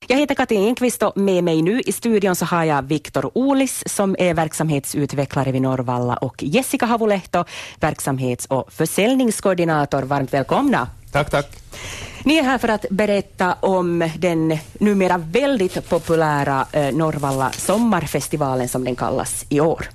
Jag heter Katrin Enqvist och med mig nu i studion så har jag Viktor Olis som är verksamhetsutvecklare vid Norrvalla och Jessica Havulehto, verksamhets- och försäljningskoordinator. Varmt välkomna. Tack. Ni är här för att berätta om den numera väldigt populära Norrvalla sommarfestivalen som den kallas i år.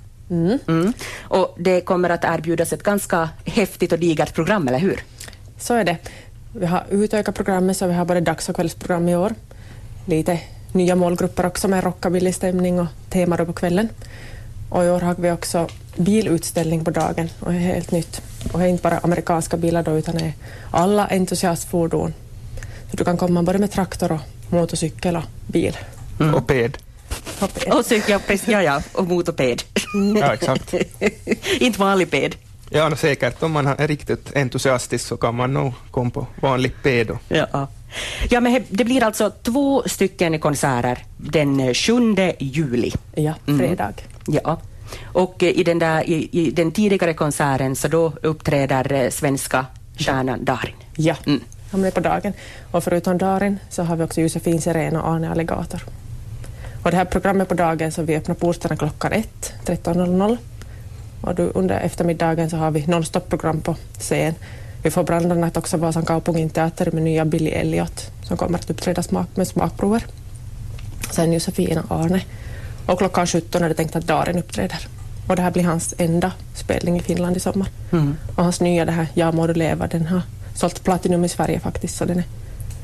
Och det kommer att erbjudas ett ganska häftigt och digert program, eller hur? Så är det. Vi har utökat programmet så vi har både dags- och kvällsprogram i år. Lite nya målgrupper också med rockabilly-stämning och tema då på kvällen. Och i år har vi också bilutställning på dagen och det är helt nytt. Och det är inte bara amerikanska bilar då utan det är alla entusiastfordon. Så du kan komma både med traktor och motorcykel och bil. Och ped. Och cykel, och motoped. Ja, exakt. Inte vanlig ped. Ja, säkert. Om man är riktigt entusiastisk så kan man nog komma på vanlig pedo. Ja, men det blir alltså 2 stycken konserter den 7 juli. Ja, fredag. Ja. Och i den tidigare konserten så då uppträder svenska stjärnan Darin. Ja, han är på dagen. Och förutom Darin så har vi också Josefin Sirén och Arne Alligator. Och det här programmet på dagen så vi öppnar portarna klockan 13:00. Och under eftermiddagen så har vi non-stop-program på scen. Vi får bland annat också Vasan Kaupungin teater med nya Billy Elliot som kommer att uppträda med smakprover. Sen Josefin och Arne. Och klockan 17 är det tänkt att Darin uppträder. Och det här blir hans enda spelning i Finland i sommar. Och hans nya det här Ja må du leva, den har sålt platinum i Sverige faktiskt. Så den är...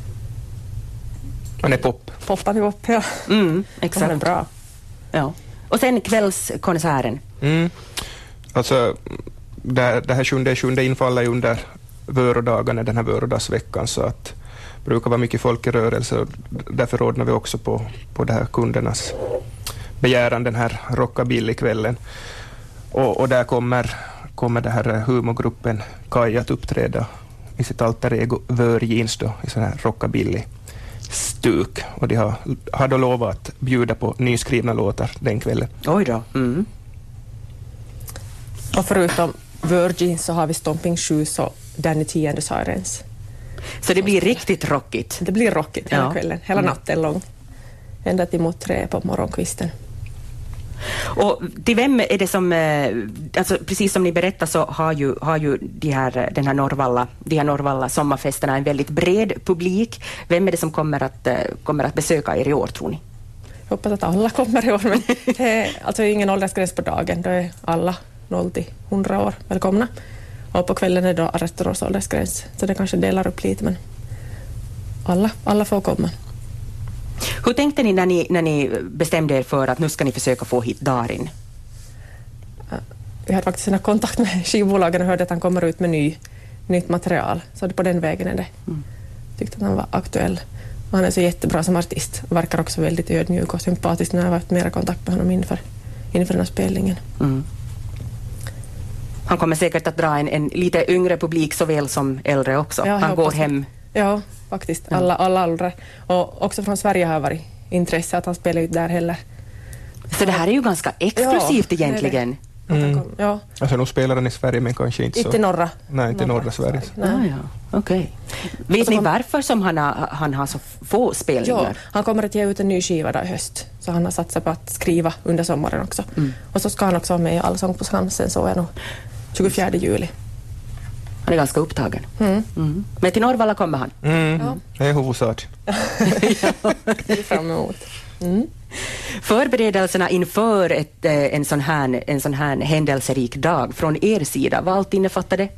Han är pop. Poppan är pop, ja. Exakt. Den är bra. Ja. Och sen kvällskonserten. Alltså, det här 7 infaller ju under vörodagarna, den här vörodagsveckan, så att det brukar vara mycket folk i rörelse och därför ordnar vi också på det här kundernas begäran den här rockabilly-kvällen. Och där kommer det här humorgruppen Kaj att uppträda i sitt alter ego Vörjeans då, i sån här rockabilly-stuk. Och de har då lovat att bjuda på nyskrivna låtar den kvällen. Oj då. Och förutom Virgin så har vi Stomping Shoes och Danny T and the Sirens. Så det blir riktigt rockigt. Det blir rockigt hela kvällen, hela natten lång. Ända till mot 3 på morgonkvisten. Och till vem är det som, alltså precis som ni berättar så har ju de här Norrvalla sommarfesterna en väldigt bred publik. Vem är det som kommer att besöka er i år, tror ni? Jag hoppas att alla kommer i år, men det är alltså ingen åldersgräns på dagen. Då är alla 0 till 100 år välkomna. Och på kvällen är då 18 års åldersgräns. Så det kanske delar upp lite, men alla får komma. Hur tänkte ni när ni bestämde er för att nu ska ni försöka få hit Darin? Vi hade faktiskt en kontakt med skivbolagen och hörde att han kommer ut med nytt material. Så på den vägen är det. Tyckte att han var aktuell. Och han är så jättebra som artist. Och verkar också väldigt ödmjuk och sympatisk när jag har varit mera kontakt med honom inför den här spelningen. Han kommer säkert att dra en lite yngre publik såväl som äldre också. Ja, han går hem. Ja, faktiskt. Alla åldrar. Och också från Sverige har varit intresse att han spelar ut där heller. Så det här är ju ganska exklusivt egentligen. Ja. Alltså nu spelar han i Sverige men kanske inte så. Inte norra. Nej, inte norra Sverige. Okej. Vet ni varför som han har så få spelningar? Ja, han kommer att ge ut en ny skiva där i höst. Så han har satsat på att skriva under sommaren också. Och så ska han också vara med i Allsång på Skansen, så är nog 24 juli. Han är ganska upptagen. Men till Norrvalla kommer han. Det är huvudsak. Fram emot. Förberedelserna inför en sån här händelserik dag från er sida, vad allt innefattar det?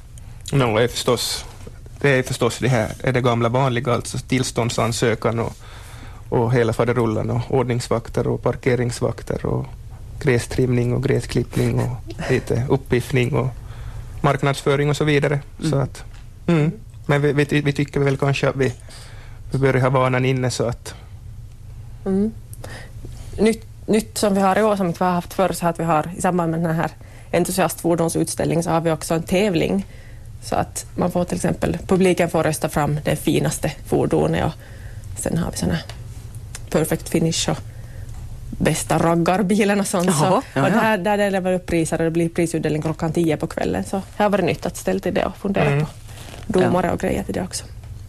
Det är förstås det här är det gamla vanliga, alltså tillståndsansökan och hela faderullan och ordningsvakter och parkeringsvakter och grästrimning och gräsklippning och lite uppiffning och marknadsföring och så vidare. Så att, men vi tycker väl kanske att vi börjar ha vanan inne så att... Nytt som vi har i år som inte vi har haft förr, så att vi har i samband med den här entusiastfordonsutställningen så har vi också en tävling. Så att man får till exempel, publiken får rösta fram det finaste fordonet och sen har vi såna perfect finish och bästa raggarbilen och sånt. Och där delar vi upp priser och det blir prisutdelning klockan 10 på kvällen. Så här var det nytt att ställa till det och fundera på domare och grejer till det också.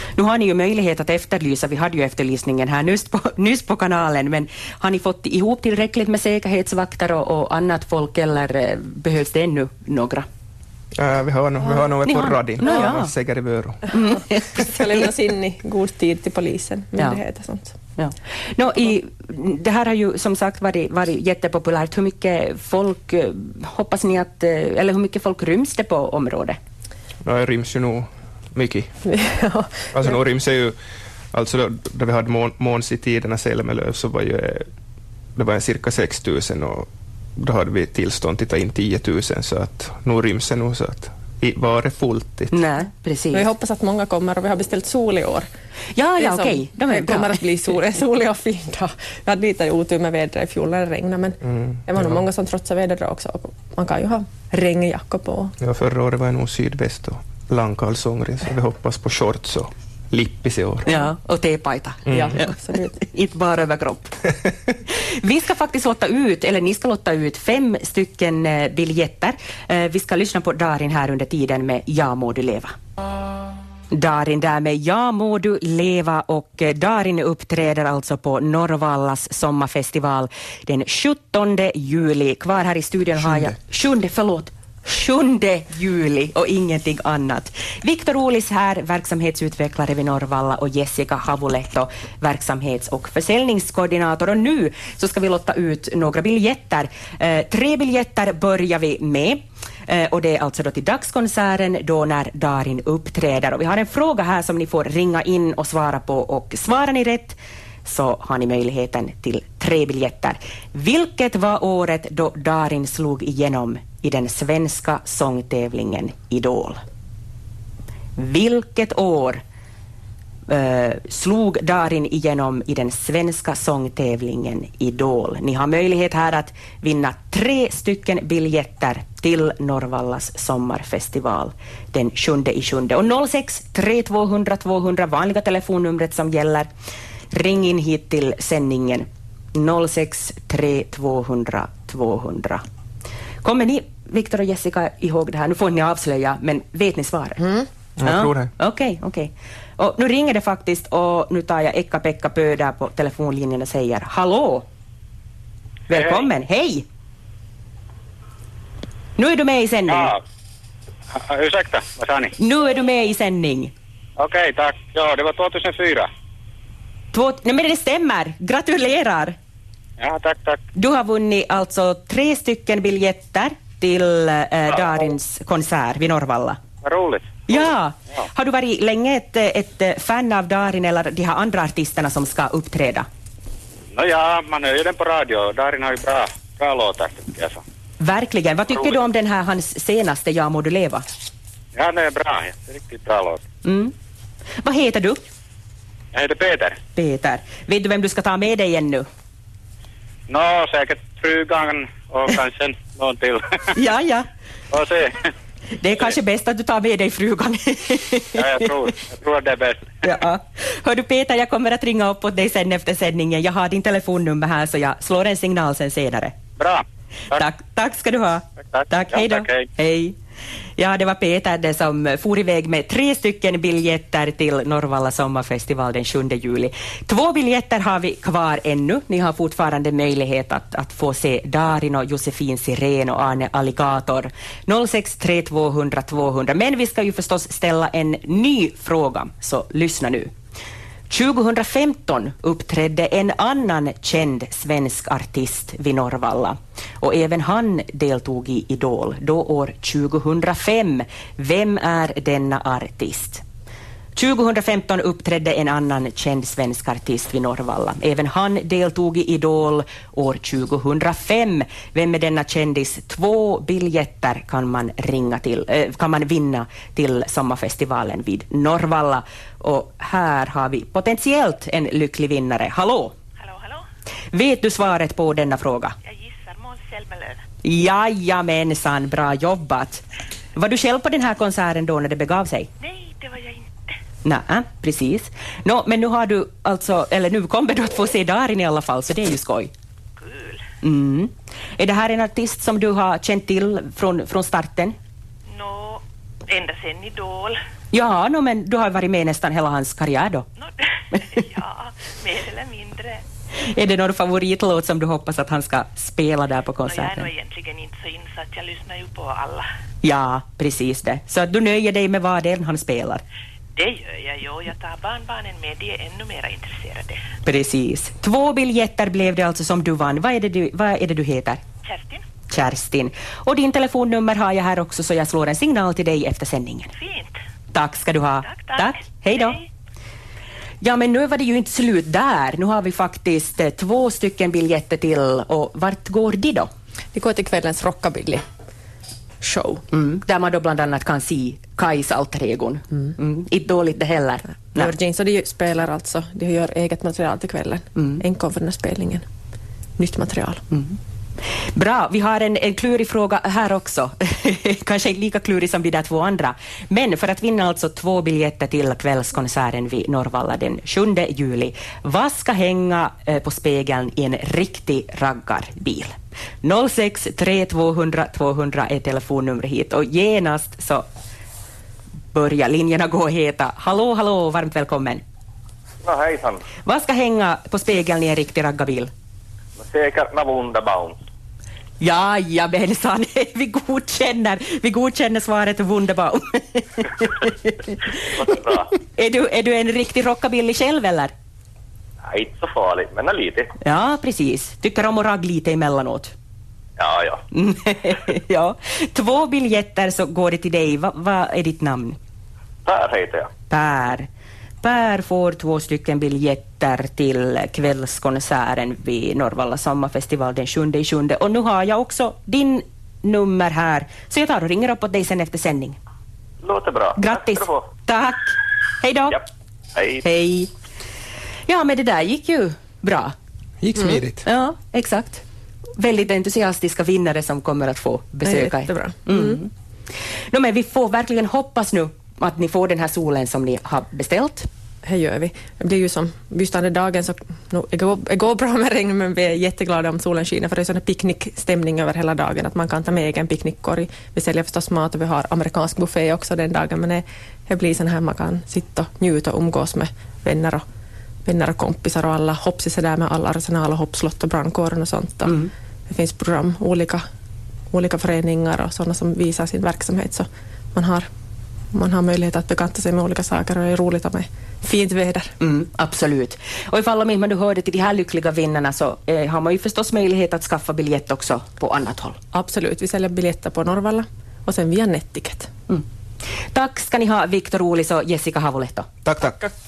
Nu har ni ju möjlighet att efterlysa, vi hade ju efterlysningen här nyss på kanalen, men har ni fått ihop tillräckligt med säkerhetsvakter och annat folk, eller behövs det ännu några? Vi har nog på radin. Ja. Säger i Vörå. Så lämnas in i god tid till polisen, myndigheter och sånt. Ja. Det här har ju som sagt varit jättepopulärt. Hur mycket folk hoppas ni att, eller hur mycket folk ryms det på området? Det ryms ju nog mycket. Alltså nog ryms ju, alltså då vi hade Måns i tiderna Selmelöv så var ju det var cirka 6 000 och då hade vi tillstånd att ta in 10 000 så att nog ryms det nog så att var det fullt. Nej, precis. Vi hoppas att många kommer och vi har beställt sol i år. Ja, okej. Det kommer att bli solig och fin dag. Vi hade lite otur med vädret i fjol när det regnade, men det var nog många som trotsade vädret också. Man kan ju ha regnjackor på. Ja, förra året var jag nog sydväst och långkalsonger, så vi hoppas på shorts och lippis i år. Ja, och tepajta. Ja, absolut. Inte bara överkropp. Vi ska faktiskt ni ska lotta ut 5 stycken biljetter. Vi ska lyssna på Darin här under tiden med Ja må du leva. Darin där med Ja må du leva, och Darin uppträder alltså på Norrvallas sommarfestival den 17 juli. Kvar här i studion har jag 7 juli och ingenting annat. Viktor Olis här, verksamhetsutvecklare vid Norrvalla, och Jessica Havulehto, verksamhets- och försäljningskoordinator. Och nu så ska vi lotta ut några biljetter. 3 biljetter börjar vi med. Och det är alltså då till dagskonserten då när Darin uppträder. Och vi har en fråga här som ni får ringa in och svara på, och svarar ni rätt så har ni möjligheten till 3 biljetter. Vilket var året då Darin slog igenom i den svenska sångtävlingen Idol? Vilket år slog Darin igenom i den svenska sångtävlingen Idol? Ni har möjlighet här att vinna 3 stycken biljetter till Norrvallas sommarfestival den 7/7. Och 06 3200 200, vanliga telefonnumret som gäller. Ring in hit till sändningen 06 3200 200. Kommer ni, Viktor och Jessica, ihåg det här? Nu får ni avslöja, men vet ni svaret? Jag tror det. Okej. Och nu ringer det faktiskt, och nu tar jag Eka-Pekka Pö där på telefonlinjen och säger hallå. Välkommen, hej. Nu är du med i sändning. Ja, ursäkta, vad sa ni? Nu är du med i sändning. Okej, tack. Ja, det var 2004. Nej, men det stämmer. Gratulerar. Ja, tack. Du har vunnit alltså 3 stycken biljetter till Darins konsert vid Norrvalla. Vad roligt. Ja. Har du varit länge ett fan av Darin eller de här andra artisterna som ska uppträda? Ja, man hör ju den på radio. Darin har ju bra låtar, tycker jag så. Verkligen. Vad tycker du om den här, hans senaste Ja må du leva? Ja, det är bra. Det är riktigt bra låt. Vad heter du? Jag heter Peter. Peter. Vet du vem du ska ta med dig ännu? Säkert frugan och kanske någon till. Ja. Och se. Det är kanske bäst att du tar med dig frugan. Ja, jag tror att det är bäst. Ja. Hör du Peter, jag kommer att ringa upp åt dig sen efter sändningen. Jag har din telefonnummer här, så jag slår en signal sen senare. Bra. Tack ska du ha. Tack. Hej då. Hej. Ja, det var Peter det som for iväg med 3 stycken biljetter till Norrvalla sommarfestival den 7 juli. 2 biljetter har vi kvar ännu. Ni har fortfarande möjlighet att få se Darin och Josefin Siren och Arne Alligator. 06 3200 200. Men vi ska ju förstås ställa en ny fråga, så lyssna nu. 2015 uppträdde en annan känd svensk artist vid Norrvalla, och även han deltog i Idol då år 2005. Vem är denna artist? 2015 uppträdde en annan känd svensk artist vid Norrvalla. Även han deltog i Idol år 2005. Vem är denna kändis? 2 biljetter kan man vinna till sommarfestivalen vid Norrvalla. Och här har vi potentiellt en lycklig vinnare. Hallå? Hallå. Vet du svaret på denna fråga? Jag gissar Måns Zelmerlöw. Jajamensan, bra jobbat. Var du själv på den här konserten då när det begav sig? Nej, det var jag inte. Nej, precis. Men nu har du alltså, eller nu kommer du att få se Darin i alla fall, så det är ju skoj. Kul. Är det här en artist som du har känt till från starten? Ända sen Idol. Ja, men du har varit med nästan hela hans karriär då. Ja, mer eller mindre. Är det någon favoritlåt som du hoppas att han ska spela där på konserten? Jag är nog egentligen inte så insatt, jag lyssnar ju på alla. Ja, precis det. Så att du nöjer dig med vad det är han spelar? Det gör jag ju, och jag tar barnbarnen med, de är ännu mer intresserade. Precis. 2 biljetter blev det alltså som du vann. Vad är det du heter? Kerstin. Och din telefonnummer har jag här också, så jag slår en signal till dig efter sändningen. Fint. Tack ska du ha. Tack. Hej då. Hej. Ja, men nu var det ju inte slut där. Nu har vi faktiskt 2 stycken biljetter till. Och vart går de då? Vi går till kvällens rockabilly show. Där man då bland annat kan se Kais alter egon. Inte dåligt det heller. Virgin, så de spelar alltså, de gör eget material till kvällen. Enkom för den här spelningen. Nytt material. Bra, vi har en klurig fråga här också. Kanske inte lika klurig som de där 2 andra. Men för att vinna alltså 2 biljetter till kvällskonserten vid Norrvalla den 7 juli. Vad ska hänga på spegeln i en riktig raggarbil? 06 3200 200 är telefonnumret hit. Och genast så börjar linjerna gå heta. Hallå, varmt välkommen. No hejsan. Vad ska hänga på spegeln i en riktig raggarbil? Säkert na Wunderbaum. Ja, Bensan, vi godkänner svaret Wunderbaum. Bra. Är du en riktig rockabilly själv eller? Nej, inte så farligt, men lite. Ja, precis. Tycker om att ragga lite emellanåt. Ja. Ja. 2 biljetter så går det till dig. Vad är ditt namn? Per heter jag. Per får 2 stycken biljetter till kvällskonserten vid Norrvalla sommarfestival den 7/7. Och nu har jag också din nummer här. Så jag tar och ringer upp åt dig sen efter sändning. Låter bra. Grattis. Tack. Hej då. Ja. Hej. Hej. Ja, men det där gick ju bra. Gick smidigt. Ja, exakt. Väldigt entusiastiska vinnare som kommer att få besöka. Jättebra. Men vi får verkligen hoppas nu att ni får den här solen som ni har beställt. Det gör vi. Det blir ju som just den dagen så det går bra med regn, men vi är jätteglada om solen skiner, för det är sån picknickstämning över hela dagen att man kan ta med egen picknickkorg. Vi säljer förstås mat och vi har amerikansk buffé också den dagen, men det blir sån här man kan sitta och njuta och umgås med vänner och kompisar, och alla hoppsar där med alla arsenal och hoppslott och brandkåren och sånt. Det finns program, olika föreningar och sådana som visar sin verksamhet, så man har möjlighet att bekanta sig med olika saker, och det är roligt med fint väder. Absolut. Och ifall man du hörde till de här lyckliga vinnarna så har man ju förstås möjlighet att skaffa biljett också på annat håll. Absolut, vi säljer biljetter på Norrvalla och sen via Netticket. Tack ska ni ha, Viktor Olis och Jessica Havolehto. Tack.